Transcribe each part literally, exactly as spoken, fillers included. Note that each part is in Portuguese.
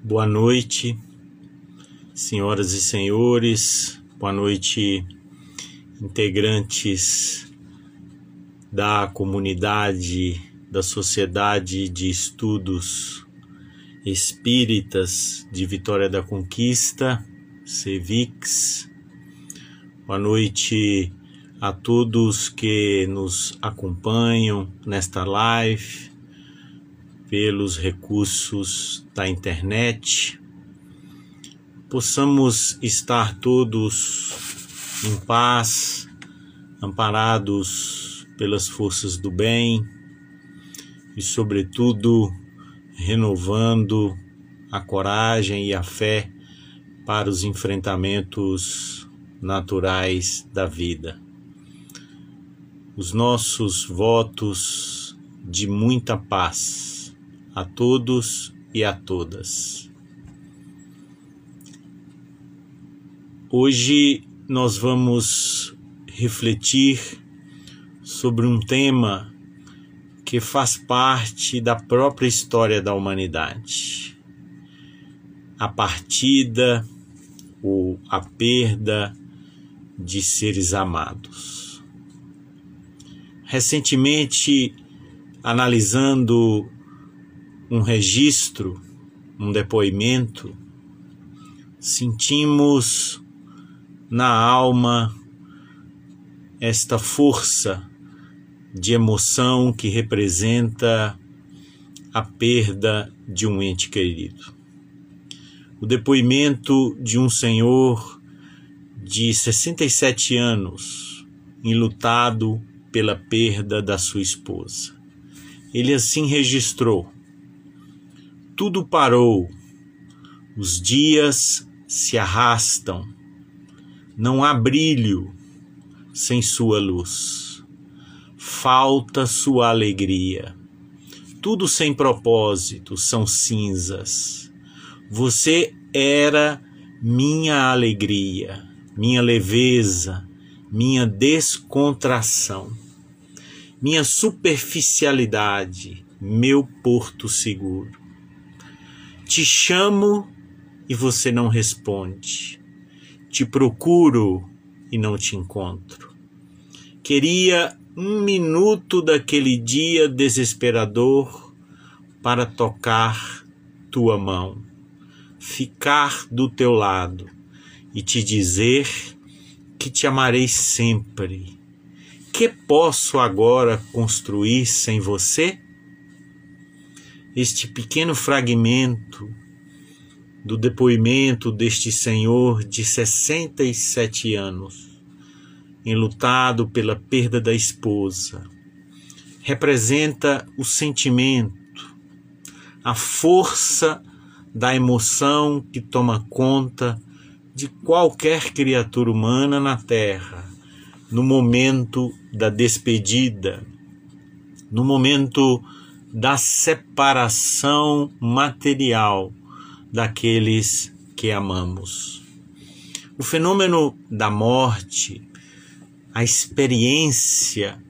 Boa noite, senhoras e senhores, boa noite, integrantes da comunidade, da Sociedade de Estudos Espíritas de Vitória da Conquista, C V I X. Boa noite a todos que nos acompanham nesta live, pelos recursos da internet. Possamos estar todos em paz, amparados pelas forças do bem e, sobretudo, renovando a coragem e a fé para os enfrentamentos naturais da vida. Os nossos votos de muita paz a todos e a todas. Hoje nós vamos refletir sobre um tema que faz parte da própria história da humanidade. A partida ou a perda de seres amados. Recentemente, analisando um registro, um depoimento, sentimos na alma esta força de emoção que representa a perda de um ente querido. O depoimento de um senhor de sessenta e sete anos, enlutado pela perda da sua esposa. Ele assim registrou: tudo parou, os dias se arrastam, não há brilho sem sua luz, falta sua alegria, tudo sem propósito, são cinzas. Você era minha alegria, minha leveza, minha descontração, minha superficialidade, meu porto seguro. Te chamo e você não responde. Te procuro e não te encontro. Queria um minuto daquele dia desesperador para tocar tua mão, ficar do teu lado e te dizer que te amarei sempre. Que posso agora construir sem você? Este pequeno fragmento do depoimento deste senhor de sessenta e sete anos, enlutado pela perda da esposa, representa o sentimento, a força da emoção que toma conta de qualquer criatura humana na Terra, no momento da despedida, no momento da separação material daqueles que amamos. O fenômeno da morte, a experiência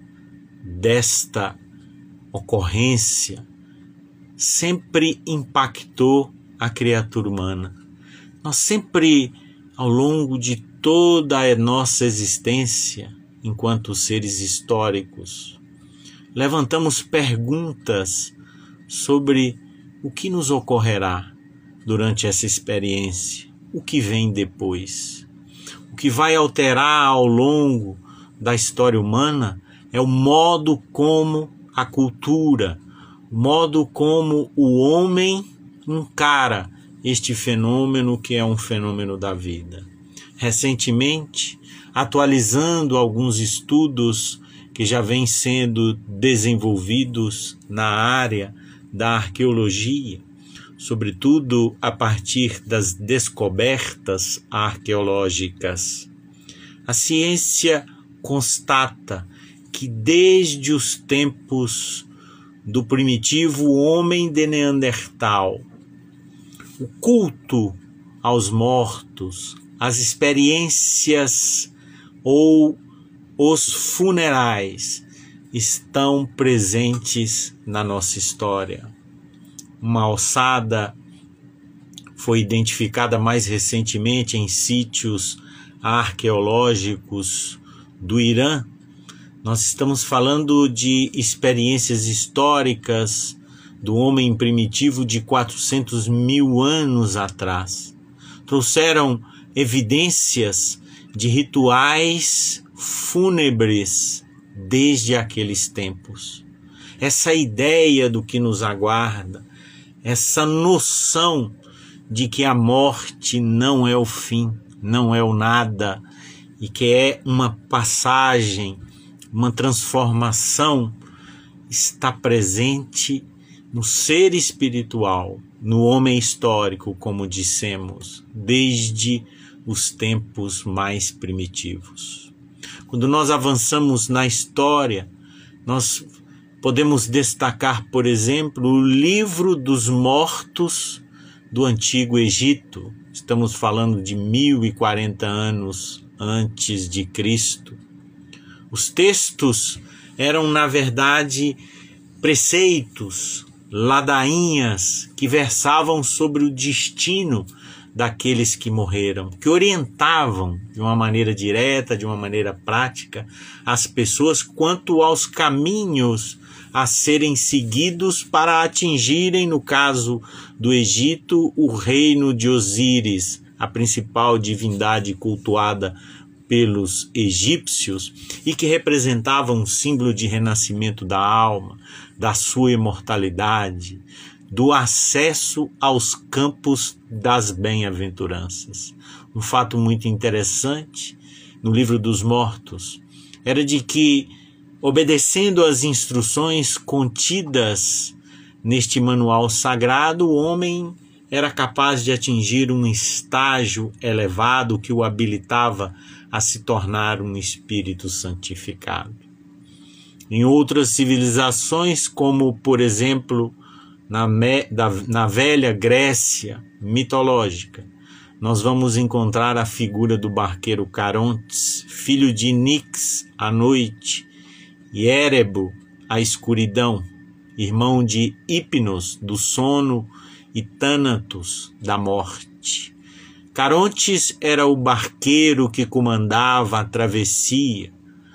desta ocorrência, sempre impactou a criatura humana. Nós sempre, ao longo de toda a nossa existência, enquanto seres históricos, levantamos perguntas sobre o que nos ocorrerá durante essa experiência, o que vem depois. O que vai alterar ao longo da história humana é o modo como a cultura, o modo como o homem encara este fenômeno que é um fenômeno da vida. Recentemente, atualizando alguns estudos que já vêm sendo desenvolvidos na área da arqueologia, sobretudo a partir das descobertas arqueológicas. A ciência constata que desde os tempos do primitivo homem de Neandertal, o culto aos mortos, as experiências ou os funerais estão presentes na nossa história. Uma ossada foi identificada mais recentemente em sítios arqueológicos do Irã. Nós estamos falando de experiências históricas do homem primitivo de quatrocentos mil anos atrás. Trouxeram evidências de rituais fúnebres desde aqueles tempos. Essa ideia do que nos aguarda, essa noção de que a morte não é o fim, não é o nada, e que é uma passagem, uma transformação, está presente no ser espiritual, no homem histórico, como dissemos, desde os tempos mais primitivos. Quando nós avançamos na história, nós podemos destacar, por exemplo, o livro dos mortos do Antigo Egito. Estamos falando de mil e quarenta anos antes de Cristo. Os textos eram, na verdade, preceitos, ladainhas que versavam sobre o destino daqueles que morreram, que orientavam de uma maneira direta, de uma maneira prática, as pessoas quanto aos caminhos a serem seguidos para atingirem, no caso do Egito, o reino de Osíris, a principal divindade cultuada pelos egípcios e que representava um símbolo de renascimento da alma, da sua imortalidade, do acesso aos campos das bem-aventuranças. Um fato muito interessante no livro dos mortos era de que, obedecendo às instruções contidas neste manual sagrado, o homem era capaz de atingir um estágio elevado que o habilitava a se tornar um espírito santificado. Em outras civilizações, como, por exemplo, na, me, da, na velha Grécia mitológica, nós vamos encontrar a figura do barqueiro Carontes, filho de Nix, a noite, e Érebo, a escuridão, irmão de Hipnos, do sono, e Tânatos, da morte. Carontes era o barqueiro que comandava a travessia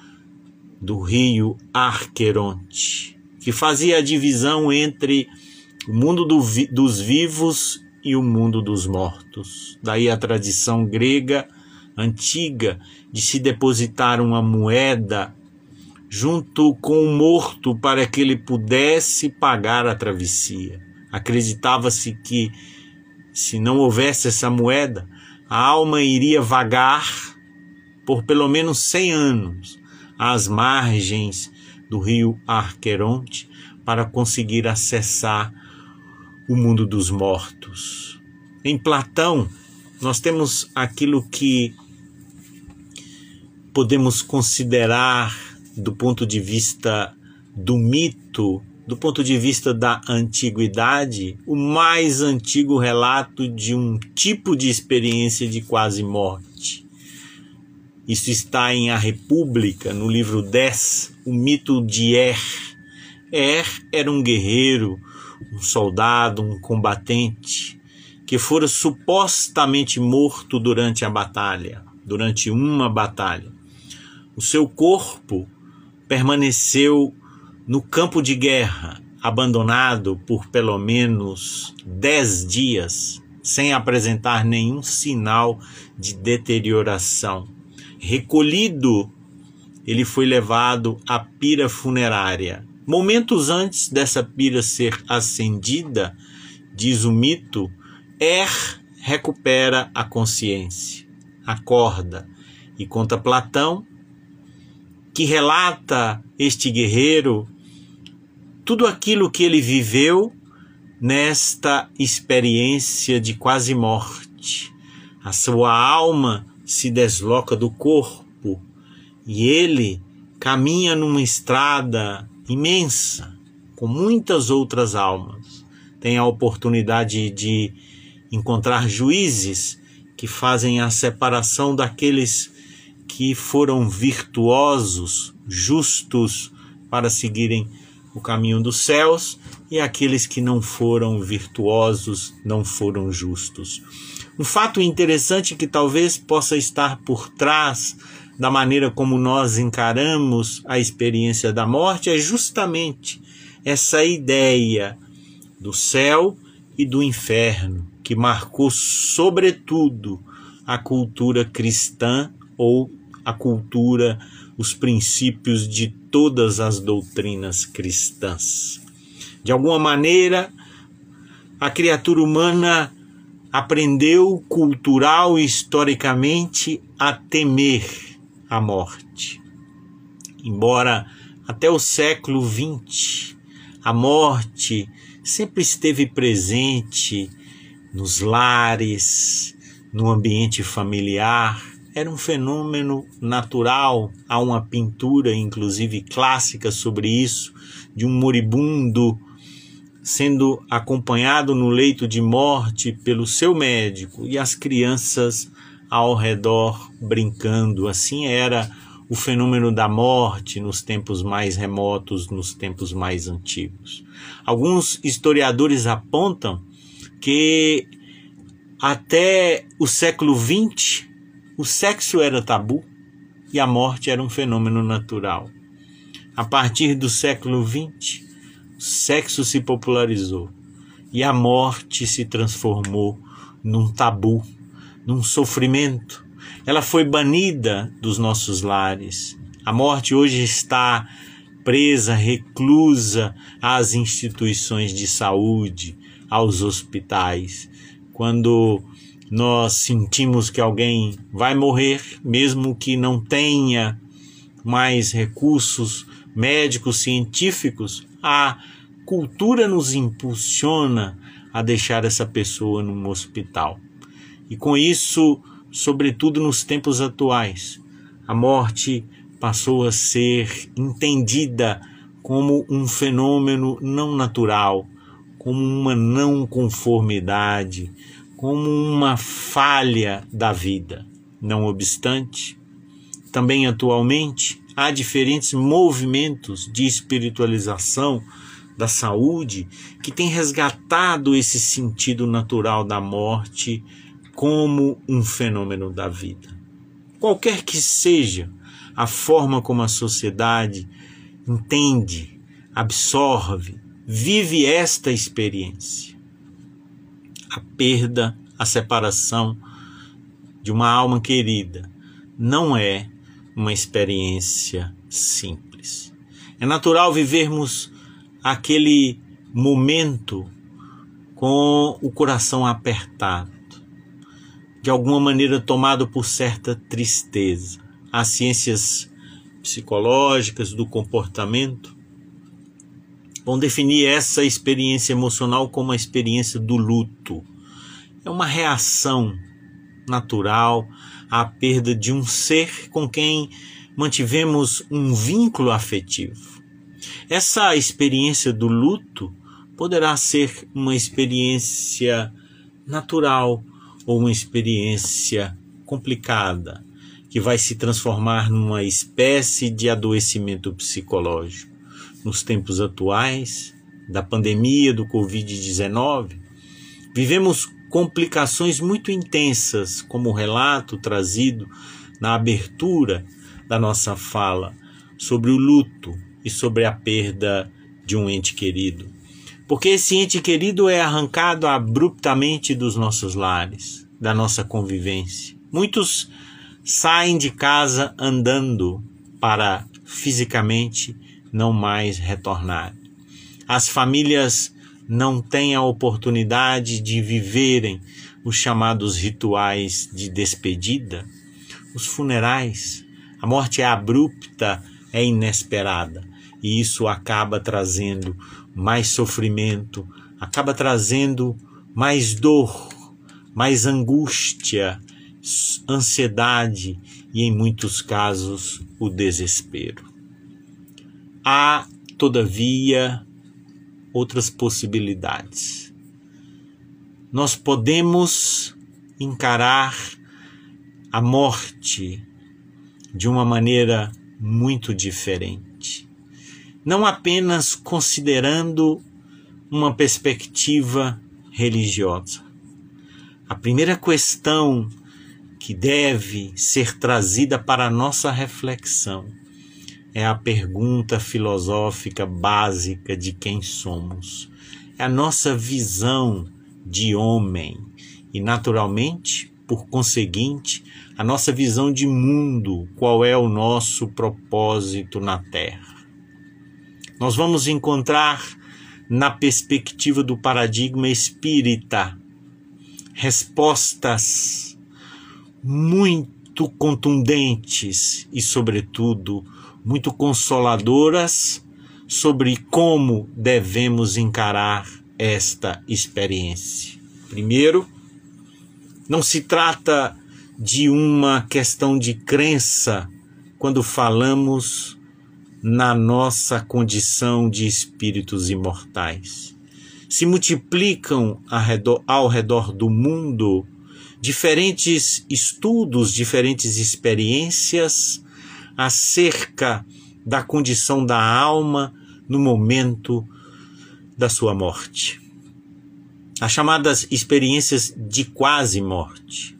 do rio Arqueronte, que fazia a divisão entre o mundo do vi- dos vivos e o mundo dos mortos. Daí a tradição grega antiga de se depositar uma moeda junto com o morto para que ele pudesse pagar a travessia. Acreditava-se que, se não houvesse essa moeda, a alma iria vagar por pelo menos cem anos às margens do rio Arqueronte para conseguir acessar o mundo dos mortos. Em Platão, nós temos aquilo que podemos considerar, do ponto de vista do mito, do ponto de vista da antiguidade, o mais antigo relato de um tipo de experiência de quase morte. Isso está em A República, no livro dez, o mito de Er. Er era um guerreiro, um soldado, um combatente, que fora supostamente morto durante a batalha, durante uma batalha. O seu corpo permaneceu no campo de guerra, abandonado por pelo menos dez dias, sem apresentar nenhum sinal de deterioração. Recolhido, ele foi levado à pira funerária. Momentos antes dessa pira ser acendida, diz o mito, Er recupera a consciência, acorda, e conta Platão, que relata este guerreiro tudo aquilo que ele viveu nesta experiência de quase morte. A sua alma se desloca do corpo e ele caminha numa estrada imensa, com muitas outras almas. Tem a oportunidade de encontrar juízes que fazem a separação daqueles que foram virtuosos, justos, para seguirem o caminho dos céus e aqueles que não foram virtuosos, não foram justos. Um fato interessante que talvez possa estar por trás da maneira como nós encaramos a experiência da morte é justamente essa ideia do céu e do inferno, que marcou sobretudo a cultura cristã ou a cultura, os princípios de todas as doutrinas cristãs. De alguma maneira, a criatura humana aprendeu cultural e historicamente a temer a morte. Embora até o século vinte a morte sempre esteve presente nos lares, no ambiente familiar, era um fenômeno natural. Há uma pintura, inclusive clássica, sobre isso, de um moribundo sendo acompanhado no leito de morte pelo seu médico e as crianças ao redor brincando. Assim era o fenômeno da morte nos tempos mais remotos, nos tempos mais antigos. Alguns historiadores apontam que até o século vinte o sexo era tabu e a morte era um fenômeno natural. A partir do século vinte, o sexo se popularizou e a morte se transformou num tabu, num sofrimento. Ela foi banida dos nossos lares. A morte hoje está presa, reclusa às instituições de saúde, aos hospitais. Quando nós sentimos que alguém vai morrer, mesmo que não tenha mais recursos médicos, científicos, a cultura nos impulsiona a deixar essa pessoa num hospital. E com isso, sobretudo nos tempos atuais, a morte passou a ser entendida como um fenômeno não natural, como uma não conformidade, como uma falha da vida. Não obstante, também atualmente há diferentes movimentos de espiritualização da saúde que têm resgatado esse sentido natural da morte como um fenômeno da vida. Qualquer que seja a forma como a sociedade entende, absorve, vive esta experiência, a perda, a separação de uma alma querida não é uma experiência simples. É natural vivermos aquele momento com o coração apertado, de alguma maneira tomado por certa tristeza. As ciências psicológicas do comportamento vão definir essa experiência emocional como a experiência do luto. É uma reação natural à perda de um ser com quem mantivemos um vínculo afetivo. Essa experiência do luto poderá ser uma experiência natural ou uma experiência complicada, que vai se transformar numa espécie de adoecimento psicológico. Nos tempos atuais, da pandemia do covid dezenove, vivemos complicações muito intensas, como o relato trazido na abertura da nossa fala sobre o luto e sobre a perda de um ente querido. Porque esse ente querido é arrancado abruptamente dos nossos lares, da nossa convivência. Muitos saem de casa andando para fisicamente não mais retornar. As famílias não têm a oportunidade de viverem os chamados rituais de despedida, os funerais. A morte é abrupta, é inesperada, e isso acaba trazendo mais sofrimento, acaba trazendo mais dor, mais angústia, ansiedade e, em muitos casos, o desespero. Há, todavia, outras possibilidades. Nós podemos encarar a morte de uma maneira muito diferente. não apenas considerando uma perspectiva religiosa. A primeira questão que deve ser trazida para a nossa reflexão é a pergunta filosófica básica de quem somos. É a nossa visão de homem e, naturalmente, por conseguinte, a nossa visão de mundo, qual é o nosso propósito na Terra. Nós vamos encontrar na perspectiva do paradigma espírita respostas muito contundentes e, sobretudo, muito consoladoras sobre como devemos encarar esta experiência. Primeiro, não se trata de uma questão de crença quando falamos na nossa condição de espíritos imortais. Se multiplicam ao redor, ao redor do mundo diferentes estudos, diferentes experiências acerca da condição da alma no momento da sua morte. As chamadas experiências de quase morte,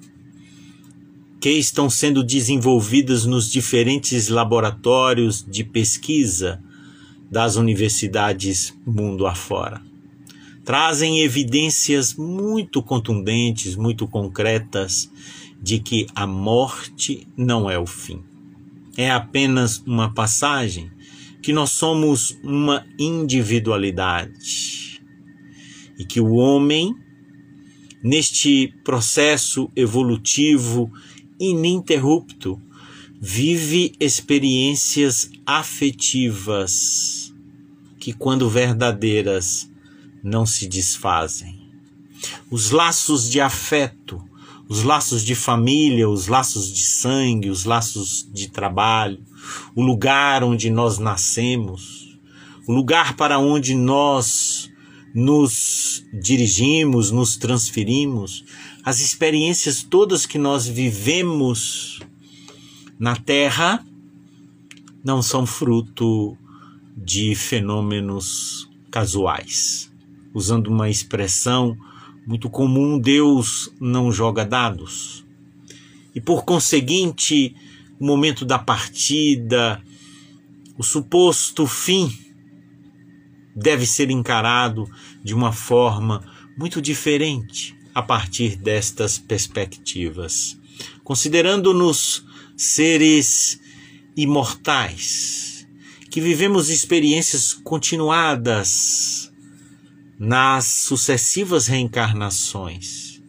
que estão sendo desenvolvidas nos diferentes laboratórios de pesquisa das universidades mundo afora. Trazem evidências muito contundentes, muito concretas, de que a morte não é o fim. É apenas uma passagem, que nós somos uma individualidade e que o homem, neste processo evolutivo ininterrupto, vive experiências afetivas que, quando verdadeiras, não se desfazem. Os laços de afeto, os laços de família, os laços de sangue, os laços de trabalho, o lugar onde nós nascemos, o lugar para onde nós nos dirigimos, nos transferimos, as experiências todas que nós vivemos na Terra não são fruto de fenômenos casuais. Usando uma expressão muito comum, Deus não joga dados. E por conseguinte, o momento da partida, o suposto fim, deve ser encarado de uma forma muito diferente a partir destas perspectivas. Considerando-nos seres imortais, que vivemos experiências continuadas nas sucessivas reencarnações,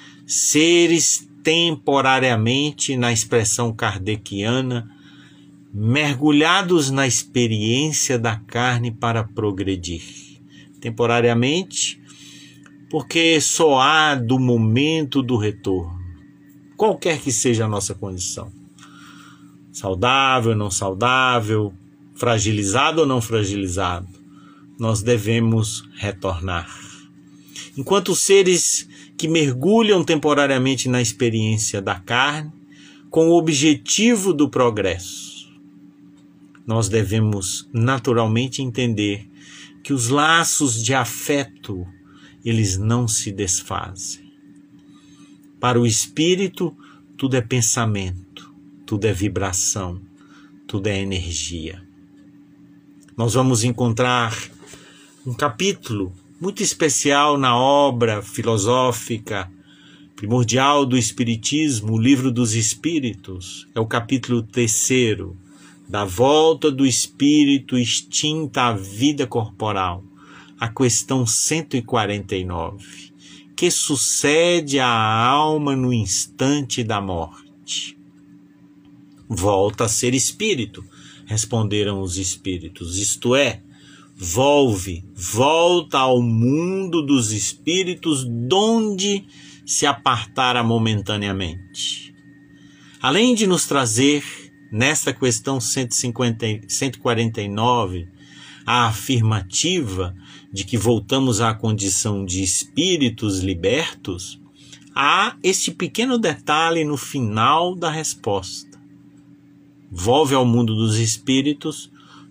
seres temporariamente, na expressão kardeciana, mergulhados na experiência da carne para progredir. Temporariamente, porque só há do momento do retorno, qualquer que seja a nossa condição, saudável, não saudável, fragilizado ou não fragilizado, nós devemos retornar. Enquanto seres que mergulham temporariamente na experiência da carne, com o objetivo do progresso, nós devemos naturalmente entender que os laços de afeto, eles não se desfazem. Para o espírito, tudo é pensamento, tudo é vibração, tudo é energia. Nós vamos encontrar um capítulo muito especial na obra filosófica primordial do Espiritismo, o Livro dos Espíritos. É o capítulo terceiro, da volta do espírito extinta à vida corporal, a questão cento e quarenta e nove. Que sucede à alma no instante da morte? Volta a ser espírito, responderam os espíritos, isto é, volve, volta ao mundo dos espíritos, donde se apartara momentaneamente. Além de nos trazer, nesta questão cento e cinquenta, cento e quarenta e nove, a afirmativa de que voltamos à condição de espíritos libertos, há este pequeno detalhe no final da resposta. Volve ao mundo dos espíritos,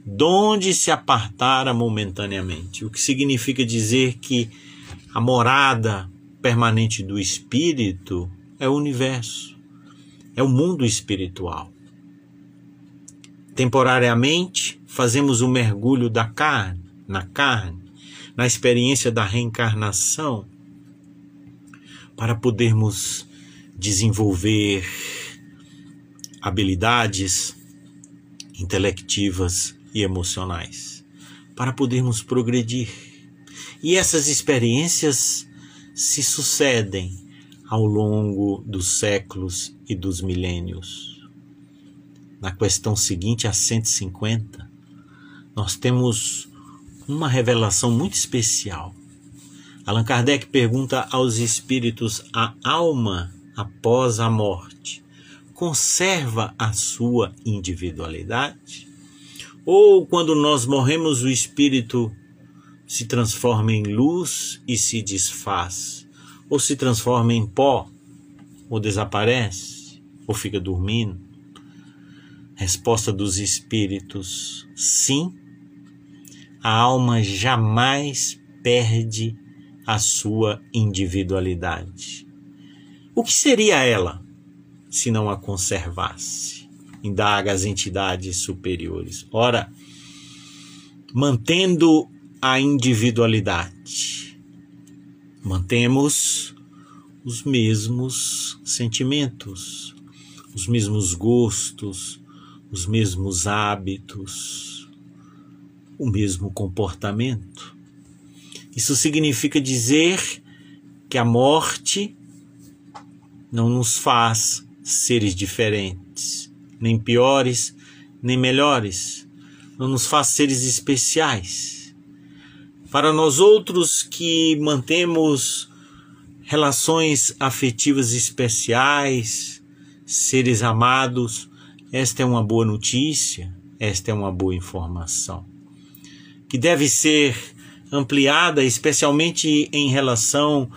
donde se apartara momentaneamente. O que significa dizer que a morada permanente do espírito é o universo, é o mundo espiritual. Temporariamente, fazemos o mergulho da carne, na carne, na experiência da reencarnação, para podermos desenvolver habilidades intelectivas e emocionais, para podermos progredir. E essas experiências se sucedem ao longo dos séculos e dos milênios. Na questão seguinte, a cento e cinquenta, nós temos uma revelação muito especial. Allan Kardec pergunta aos espíritos: a alma após a morte conserva a sua individualidade? Ou quando nós morremos, o espírito se transforma em luz e se desfaz? Ou se transforma em pó? Ou desaparece? Ou fica dormindo? Resposta dos espíritos: sim, a alma jamais perde a sua individualidade. O que seria ela se não a conservasse? Indaga as entidades superiores. Ora, mantendo a individualidade, mantemos os mesmos sentimentos, os mesmos gostos, os mesmos hábitos, o mesmo comportamento. Isso significa dizer que a morte não nos faz seres diferentes, nem piores, nem melhores. Não nos faz seres especiais. Para nós outros que mantemos relações afetivas especiais, seres amados, esta é uma boa notícia, esta é uma boa informação, que deve ser ampliada, especialmente em relação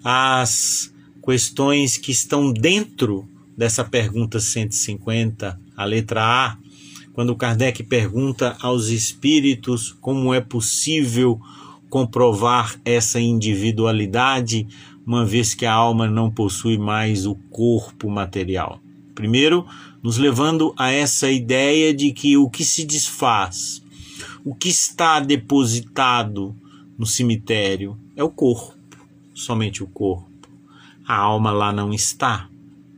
às questões que estão dentro dessa pergunta cento e cinquenta, a letra A, quando Kardec pergunta aos espíritos como é possível comprovar essa individualidade, uma vez que a alma não possui mais o corpo material. Primeiro, nos levando a essa ideia de que o que se desfaz, o que está depositado no cemitério é o corpo, somente o corpo. A alma lá não está.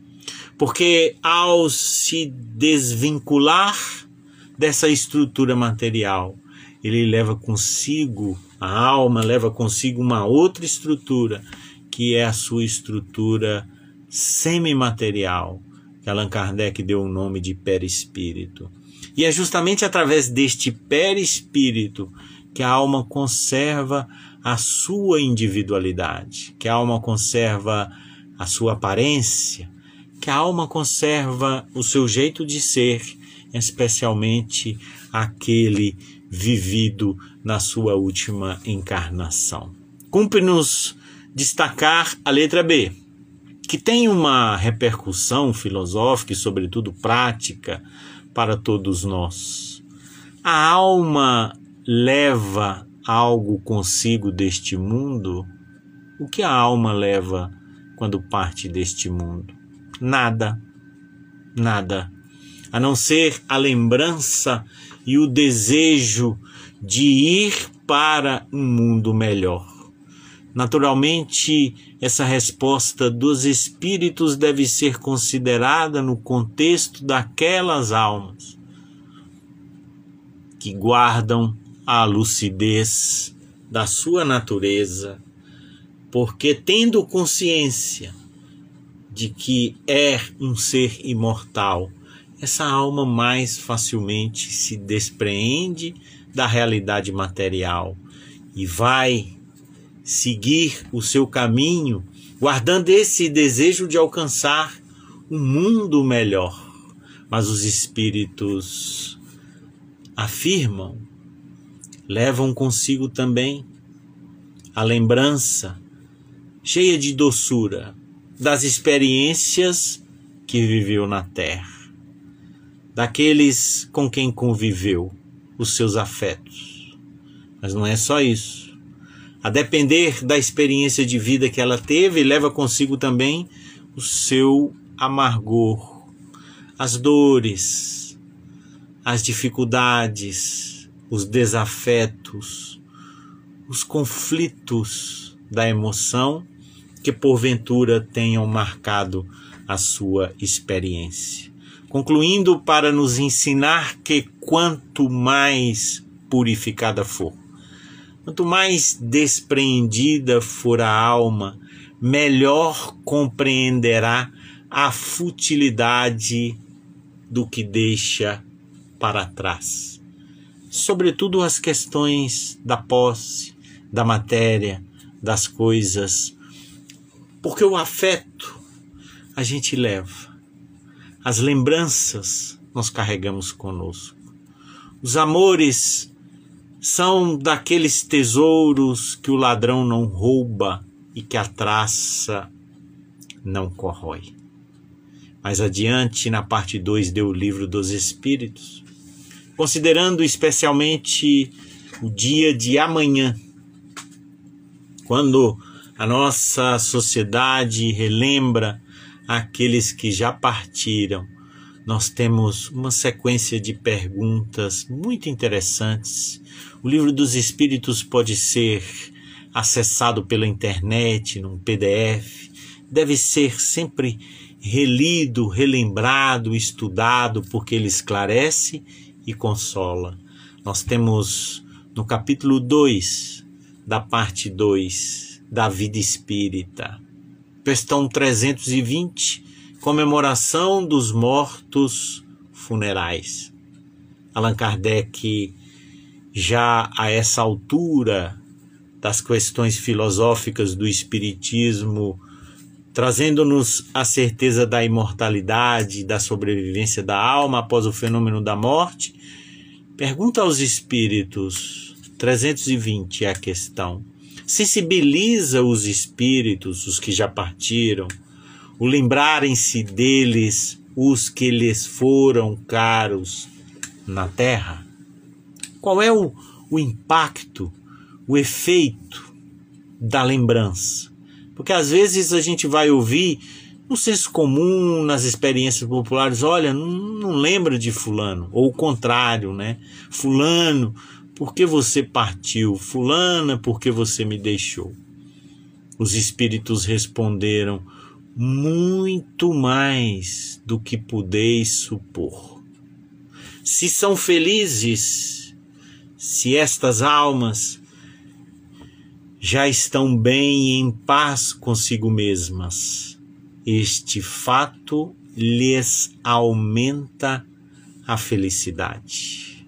Porque ao se desvincular dessa estrutura material, ele leva consigo, a alma leva consigo uma outra estrutura, que é a sua estrutura semimaterial, que Allan Kardec deu o nome de perispírito. E é justamente através deste perispírito que a alma conserva a sua individualidade, que a alma conserva a sua aparência, que a alma conserva o seu jeito de ser, especialmente aquele vivido na sua última encarnação. Cumpre-nos destacar a letra B, que tem uma repercussão filosófica e, sobretudo, prática para todos nós. A alma leva algo consigo deste mundo? O que a alma leva quando parte deste mundo? Nada, nada, a não ser a lembrança e o desejo de ir para um mundo melhor. Naturalmente, essa resposta dos espíritos deve ser considerada no contexto daquelas almas que guardam a lucidez da sua natureza, porque tendo consciência de que é um ser imortal, essa alma mais facilmente se despreende da realidade material e vai seguir o seu caminho, guardando esse desejo de alcançar um mundo melhor. Mas os espíritos afirmam, levam consigo também a lembrança cheia de doçura das experiências que viveu na terra, daqueles com quem conviveu, os seus afetos. Mas não é só isso. A depender da experiência de vida que ela teve, leva consigo também o seu amargor, as dores, as dificuldades, os desafetos, os conflitos da emoção que porventura tenham marcado a sua experiência. Concluindo, para nos ensinar que quanto mais purificada for, quanto mais despreendida for a alma, melhor compreenderá a futilidade do que deixa para trás. Sobretudo as questões da posse, da matéria, das coisas. Porque o afeto a gente leva. As lembranças nós carregamos conosco. Os amores são daqueles tesouros que o ladrão não rouba e que a traça não corrói. Mais adiante, na parte dois do Livro dos Espíritos, considerando especialmente o dia de amanhã, quando a nossa sociedade relembra aqueles que já partiram, nós temos uma sequência de perguntas muito interessantes. O Livro dos Espíritos pode ser acessado pela internet, num P D F, deve ser sempre relido, relembrado, estudado, porque ele esclarece e consola. Nós temos no capítulo dois, da parte dois, da vida espírita, questão trezentos e vinte, comemoração dos mortos funerais. Allan Kardec, já a essa altura das questões filosóficas do Espiritismo, trazendo-nos a certeza da imortalidade, da sobrevivência da alma após o fenômeno da morte, pergunta aos espíritos, trezentos e vinte é a questão, sensibiliza os espíritos, os que já partiram, o lembrarem-se deles, os que lhes foram caros na terra? Qual é o, o impacto, o efeito da lembrança? Porque às vezes a gente vai ouvir no senso comum, nas experiências populares, olha, não, não lembra de fulano, ou o contrário, né? Fulano, por que você partiu? Fulana, por que você me deixou? Os espíritos responderam, muito mais do que podeis supor. Se são felizes, se estas almas já estão bem e em paz consigo mesmas, este fato lhes aumenta a felicidade.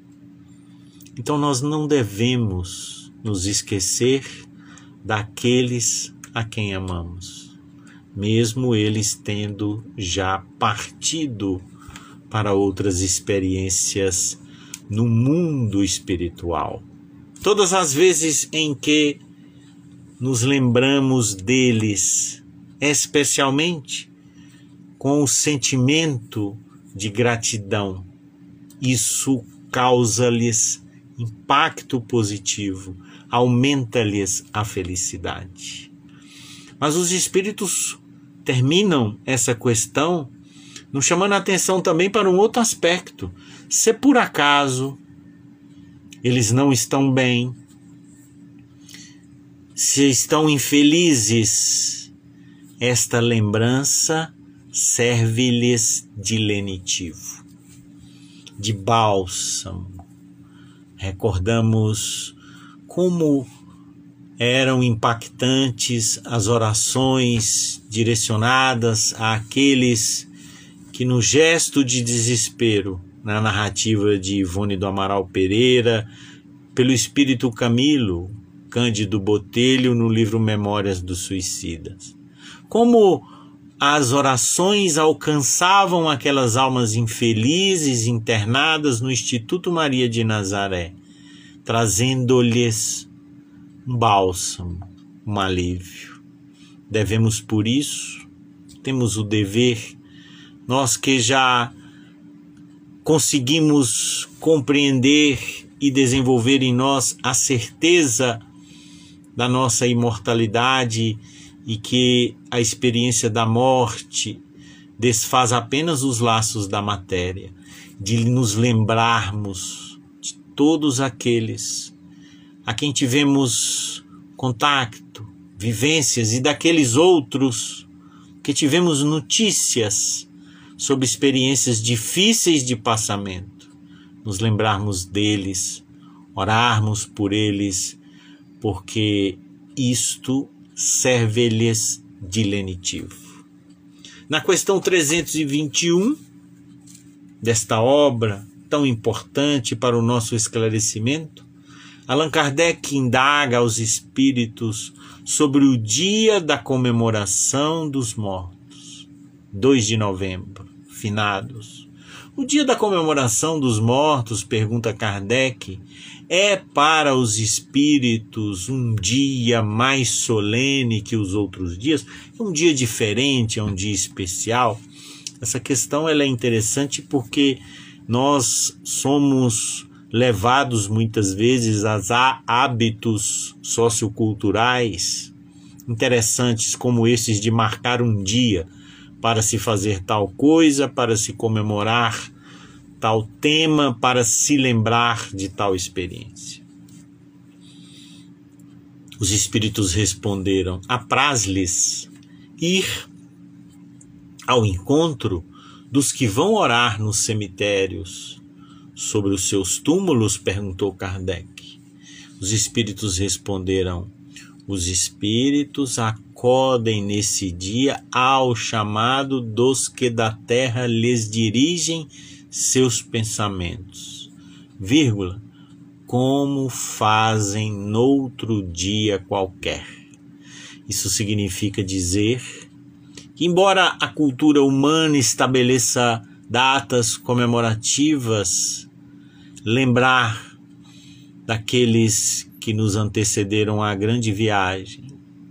Então nós não devemos nos esquecer daqueles a quem amamos, mesmo eles tendo já partido para outras experiências no mundo espiritual. Todas as vezes em que nos lembramos deles, especialmente com o sentimento de gratidão, isso causa-lhes impacto positivo, aumenta-lhes a felicidade. Mas os espíritos terminam essa questão nos chamando a atenção também para um outro aspecto. Se por acaso eles não estão bem, se estão infelizes, esta lembrança serve-lhes de lenitivo, de bálsamo. Recordamos como eram impactantes as orações direcionadas àqueles que, no gesto de desespero, na narrativa de Ivone do Amaral Pereira, pelo espírito Camilo Cândido Botelho no livro Memórias dos Suicidas, como as orações alcançavam aquelas almas infelizes internadas no Instituto Maria de Nazaré, trazendo-lhes um bálsamo, um alívio. Devemos, por isso, temos o dever, nós que já conseguimos compreender e desenvolver em nós a certeza da nossa imortalidade e que a experiência da morte desfaz apenas os laços da matéria, de nos lembrarmos de todos aqueles a quem tivemos contato, vivências, e daqueles outros que tivemos notícias sobre experiências difíceis de passamento, nos lembrarmos deles, orarmos por eles, porque isto serve-lhes de lenitivo. Na questão trezentos e vinte e um desta obra tão importante para o nosso esclarecimento, Allan Kardec indaga aos espíritos sobre o dia da comemoração dos mortos, dois de novembro, finados. O dia da comemoração dos mortos, pergunta Kardec, é para os espíritos um dia mais solene que os outros dias? É um dia diferente, é um dia especial? Essa questão ela é interessante porque nós somos levados muitas vezes a hábitos socioculturais interessantes como esses de marcar um dia para se fazer tal coisa, para se comemorar tal tema, para se lembrar de tal experiência. Os espíritos responderam: apraz-lhes ir ao encontro dos que vão orar nos cemitérios sobre os seus túmulos? Perguntou Kardec. Os espíritos responderam: os espíritos acodem nesse dia ao chamado dos que da terra lhes dirigem seus pensamentos, vírgula, como fazem noutro dia qualquer. Isso significa dizer que, embora a cultura humana estabeleça datas comemorativas, lembrar daqueles que nos antecederam à grande viagem,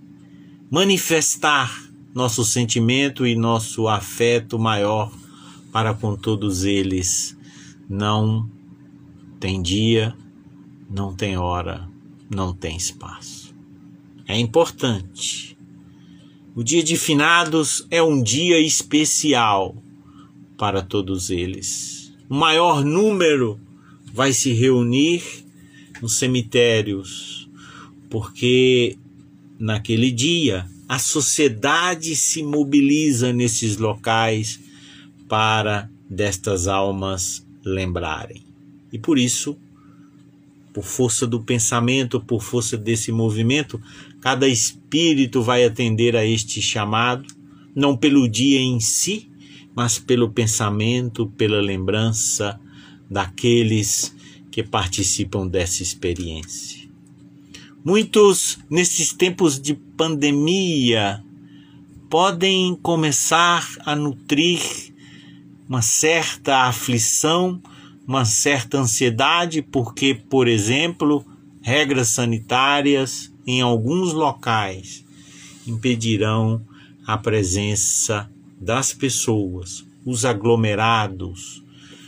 manifestar nosso sentimento e nosso afeto maior para com todos eles, não tem dia, não tem hora, não tem espaço. É importante. O dia de finados é um dia especial para todos eles. O maior número vai se reunir nos cemitérios, porque naquele dia a sociedade se mobiliza nesses locais para destas almas lembrarem. E por isso, por força do pensamento, por força desse movimento, cada espírito vai atender a este chamado, não pelo dia em si, mas pelo pensamento, pela lembrança daqueles que participam dessa experiência. Muitos, nesses tempos de pandemia, podem começar a nutrir uma certa aflição, uma certa ansiedade, porque, por exemplo, regras sanitárias em alguns locais impedirão a presença das pessoas, os aglomerados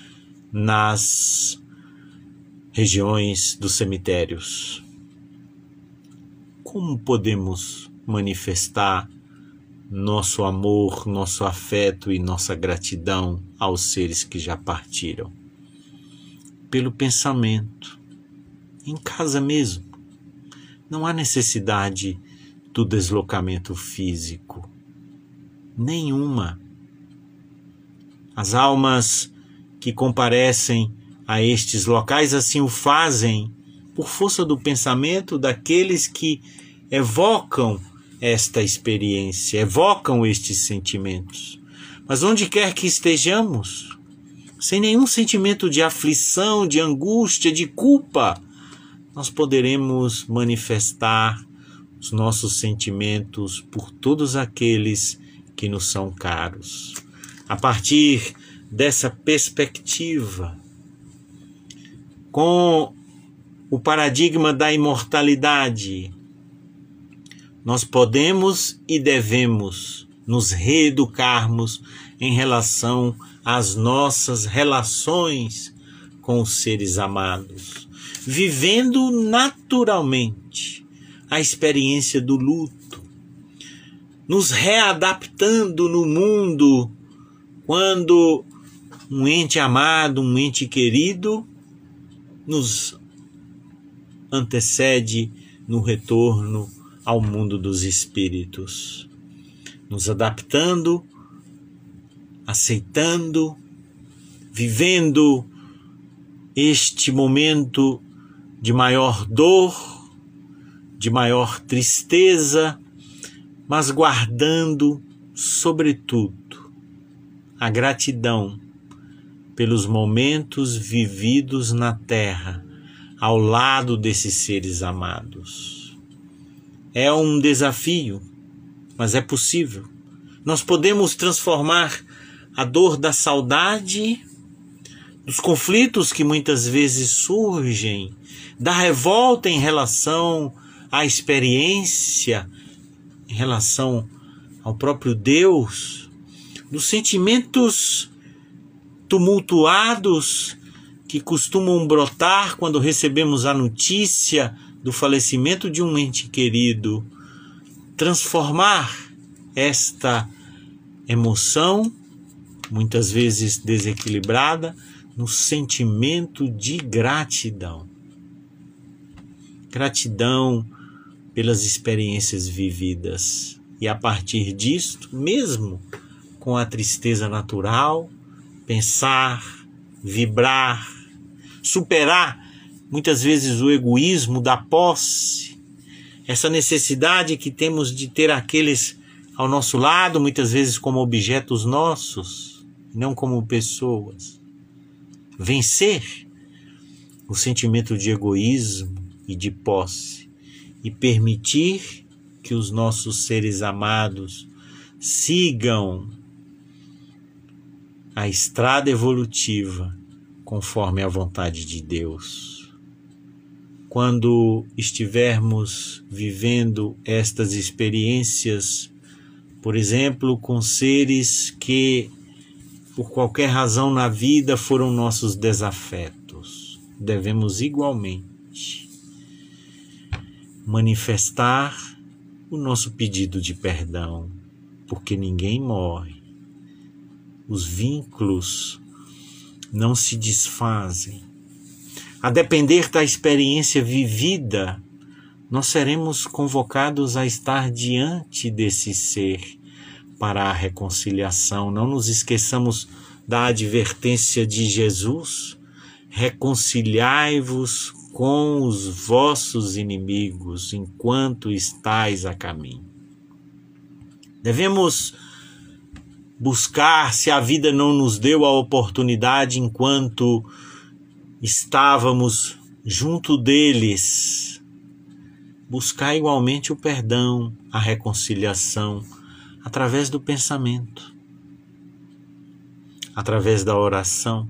nas regiões dos cemitérios. Como podemos manifestar nosso amor, nosso afeto e nossa gratidão aos seres que já partiram? Pelo pensamento, em casa mesmo. Não há necessidade do deslocamento físico, nenhuma. As almas que comparecem a estes locais assim o fazem por força do pensamento daqueles que evocam esta experiência, evocam estes sentimentos. Mas onde quer que estejamos, sem nenhum sentimento de aflição, de angústia, de culpa, nós poderemos manifestar os nossos sentimentos por todos aqueles que nos são caros. A partir dessa perspectiva, com o paradigma da imortalidade, nós podemos e devemos nos reeducarmos em relação às nossas relações com os seres amados, vivendo naturalmente a experiência do luto, nos readaptando no mundo quando um ente amado, um ente querido nos antecede no retorno ao mundo dos espíritos, nos adaptando, aceitando, vivendo este momento de maior dor, de maior tristeza, mas guardando, sobretudo, a gratidão pelos momentos vividos na Terra, ao lado desses seres amados. É um desafio, mas é possível. Nós podemos transformar a dor da saudade, dos conflitos que muitas vezes surgem, da revolta em relação à experiência, em relação ao próprio Deus, dos sentimentos tumultuados que costumam brotar quando recebemos a notícia do falecimento de um ente querido, transformar esta emoção, muitas vezes desequilibrada, no sentimento de gratidão. Gratidão pelas experiências vividas. E a partir disto, mesmo com a tristeza natural, pensar, vibrar, superar muitas vezes o egoísmo da posse, essa necessidade que temos de ter aqueles ao nosso lado, muitas vezes como objetos nossos, não como pessoas. Vencer o sentimento de egoísmo e de posse e permitir que os nossos seres amados sigam a estrada evolutiva conforme a vontade de Deus. Quando estivermos vivendo estas experiências, por exemplo, com seres que por qualquer razão na vida foram nossos desafetos, devemos igualmente manifestar o nosso pedido de perdão, porque ninguém morre. Os vínculos não se desfazem. A depender da experiência vivida, nós seremos convocados a estar diante desse ser para a reconciliação. Não nos esqueçamos da advertência de Jesus: reconciliai-vos com os vossos inimigos enquanto estais a caminho. Devemos buscar, se a vida não nos deu a oportunidade enquanto estávamos junto deles, buscar igualmente o perdão, a reconciliação, através do pensamento, através da oração,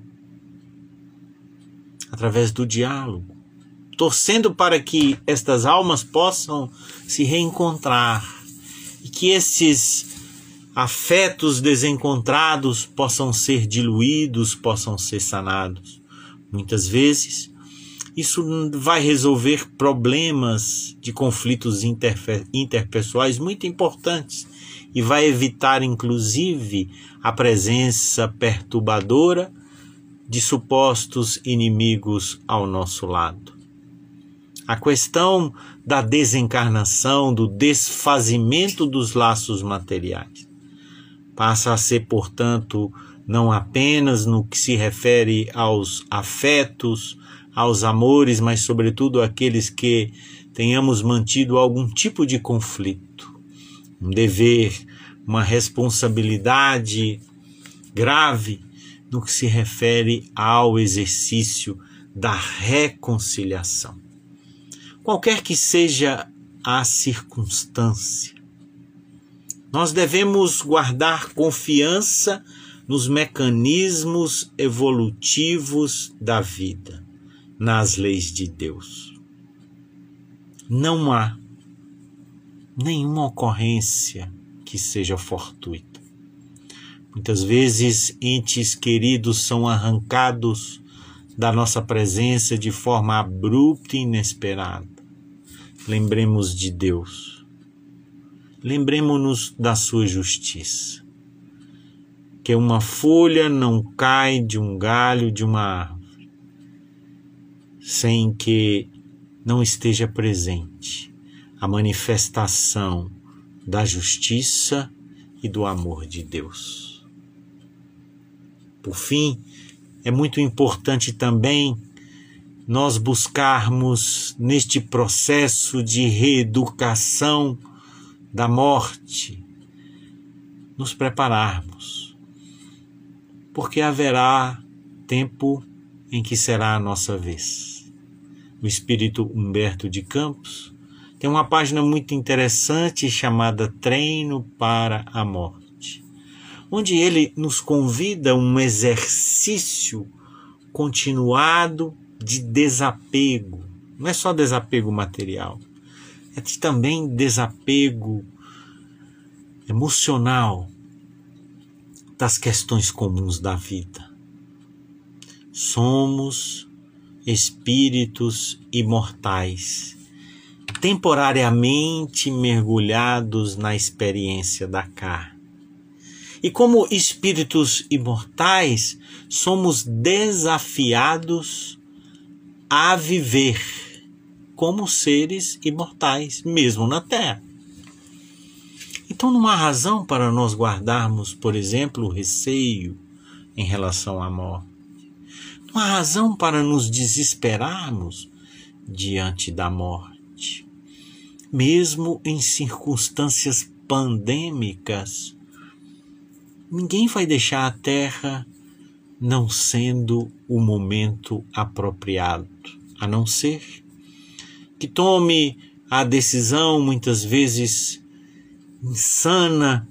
através do diálogo, torcendo para que estas almas possam se reencontrar e que esses afetos desencontrados possam ser diluídos, possam ser sanados. Muitas vezes, isso vai resolver problemas de conflitos interpessoais muito importantes e vai evitar, inclusive, a presença perturbadora de supostos inimigos ao nosso lado. A questão da desencarnação, do desfazimento dos laços materiais, passa a ser, portanto, não apenas no que se refere aos afetos, aos amores, mas sobretudo aqueles que tenhamos mantido algum tipo de conflito, um dever, uma responsabilidade grave no que se refere ao exercício da reconciliação. Qualquer que seja a circunstância, nós devemos guardar confiança nos mecanismos evolutivos da vida, nas leis de Deus. Não há nenhuma ocorrência que seja fortuita, Muitas vezes, entes queridos são arrancados da nossa presença de forma abrupta e inesperada. Lembremos de Deus. Lembremos-nos da sua justiça. Que uma folha não cai de um galho de uma árvore sem que não esteja presente a manifestação da justiça e do amor de Deus. Por fim, é muito importante também nós buscarmos neste processo de reeducação da morte, nos prepararmos, porque haverá tempo em que será a nossa vez. O espírito Humberto de Campos tem uma página muito interessante chamada Treino para a Morte, onde ele nos convida a um exercício continuado de desapego. Não é só desapego material, é também desapego emocional das questões comuns da vida. Somos espíritos imortais, temporariamente mergulhados na experiência da carne. E como espíritos imortais, somos desafiados a viver como seres imortais, mesmo na Terra. Então não há razão para nós guardarmos, por exemplo, o receio em relação à morte. Não há razão para nos desesperarmos diante da morte. Mesmo em circunstâncias pandêmicas, ninguém vai deixar a Terra não sendo o momento apropriado, a não ser que tome a decisão, muitas vezes insana,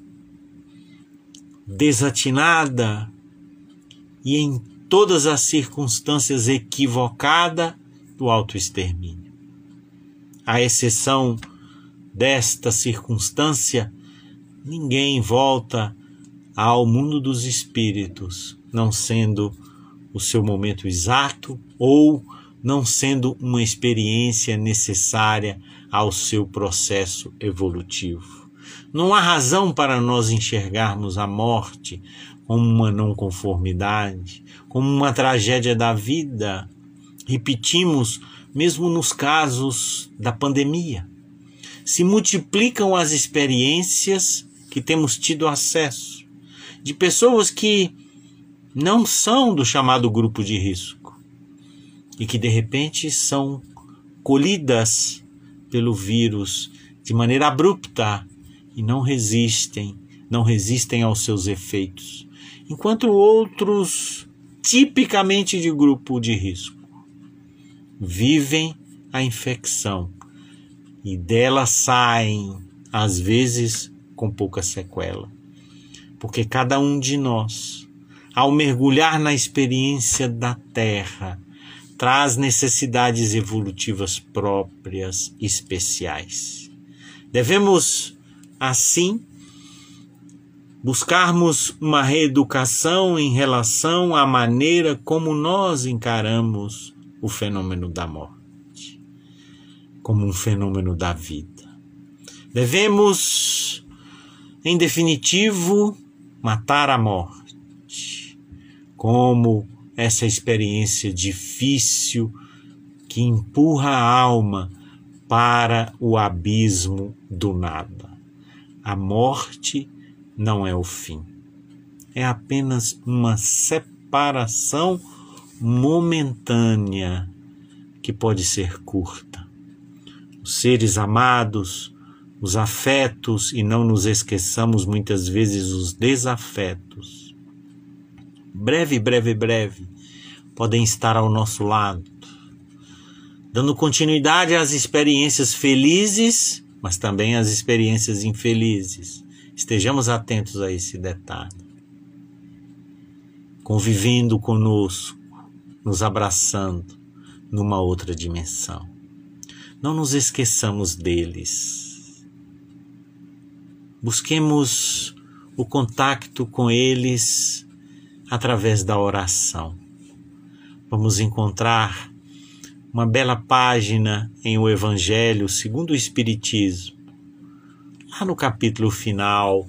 desatinada e em todas as circunstâncias equivocada do autoextermínio. À exceção desta circunstância, ninguém volta ao mundo dos espíritos, não sendo o seu momento exato ou não sendo uma experiência necessária ao seu processo evolutivo. Não há razão para nós enxergarmos a morte como uma não conformidade, como uma tragédia da vida. Repetimos, mesmo nos casos da pandemia, se multiplicam as experiências que temos tido acesso de pessoas que não são do chamado grupo de risco e que de repente são colhidas pelo vírus de maneira abrupta e não resistem, não resistem aos seus efeitos, enquanto outros, tipicamente de grupo de risco, vivem a infecção e dela saem, às vezes, com pouca sequela. Porque cada um de nós, ao mergulhar na experiência da Terra, traz necessidades evolutivas próprias, especiais. Devemos, assim, buscarmos uma reeducação em relação à maneira como nós encaramos o fenômeno da morte, como um fenômeno da vida. Devemos, em definitivo, matar a morte, como essa experiência difícil que empurra a alma para o abismo do nada. A morte não é o fim, é apenas uma separação momentânea que pode ser curta. Os seres amados, os afetos, e não nos esqueçamos muitas vezes os desafetos, breve, breve, breve, podem estar ao nosso lado, dando continuidade às experiências felizes, mas também às experiências infelizes. Estejamos atentos a esse detalhe. Convivendo conosco, nos abraçando numa outra dimensão. Não nos esqueçamos deles. Busquemos o contato com eles através da oração. Vamos encontrar uma bela página em o Evangelho segundo o Espiritismo, lá no capítulo final,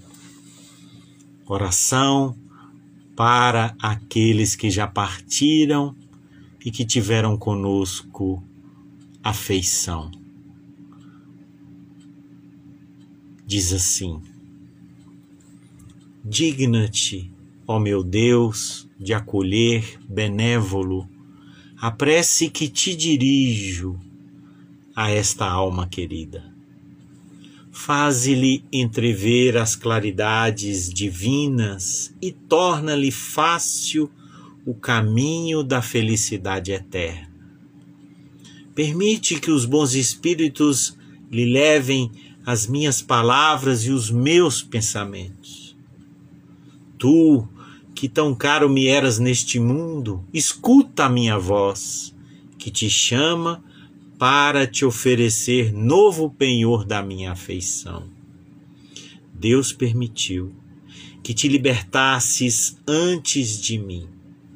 oração para aqueles que já partiram e que tiveram conosco afeição. Diz assim: digna-te, ó meu Deus, de acolher benévolo a prece que te dirijo a esta alma querida. Faze-lhe entrever as claridades divinas e torna-lhe fácil o caminho da felicidade eterna. Permite que os bons espíritos lhe levem as minhas palavras e os meus pensamentos. Tu, que tão caro me eras neste mundo, escuta a minha voz, que te chama para te oferecer novo penhor da minha afeição. Deus permitiu que te libertasses antes de mim,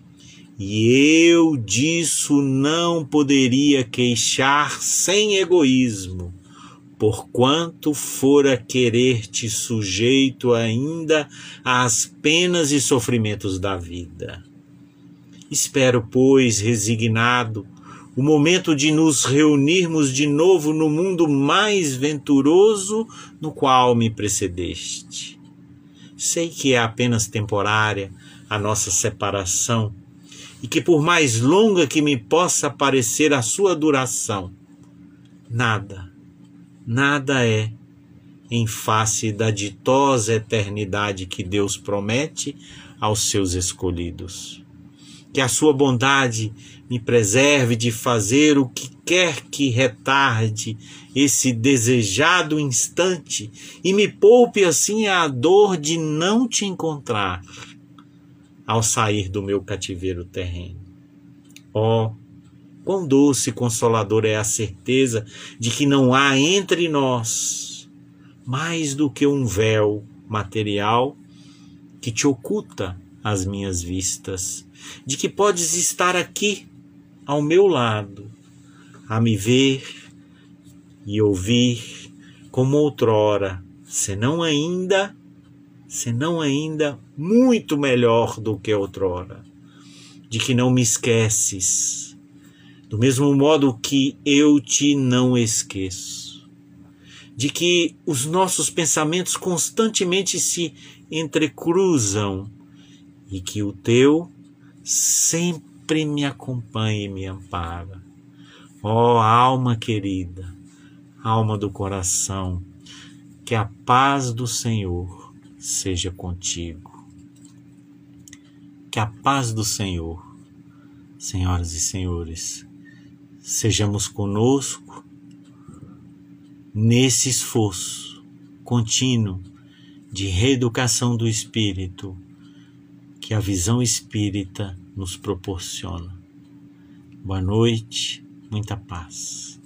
e eu disso não poderia queixar sem egoísmo, porquanto fora querer-te sujeito ainda às penas e sofrimentos da vida. Espero, pois, resignado, o momento de nos reunirmos de novo no mundo mais venturoso no qual me precedeste. Sei que é apenas temporária a nossa separação e que, por mais longa que me possa parecer a sua duração, nada, nada é em face da ditosa eternidade que Deus promete aos seus escolhidos. Que a sua bondade me preserve de fazer o que quer que retarde esse desejado instante e me poupe assim a dor de não te encontrar ao sair do meu cativeiro terreno. Ó, quão doce e consoladora é a certeza de que não há entre nós mais do que um véu material que te oculta as minhas vistas, de que podes estar aqui ao meu lado, a me ver e ouvir como outrora, senão ainda, senão ainda muito melhor do que outrora, de que não me esqueces, do mesmo modo que eu te não esqueço, de que os nossos pensamentos constantemente se entrecruzam e que o teu sempre me acompanha e me ampara. Ó alma querida, alma do coração, que a paz do Senhor seja contigo. Que a paz do Senhor, senhoras e senhores, sejamos conosco nesse esforço contínuo de reeducação do espírito que a visão espírita nos proporciona. Boa noite, muita paz.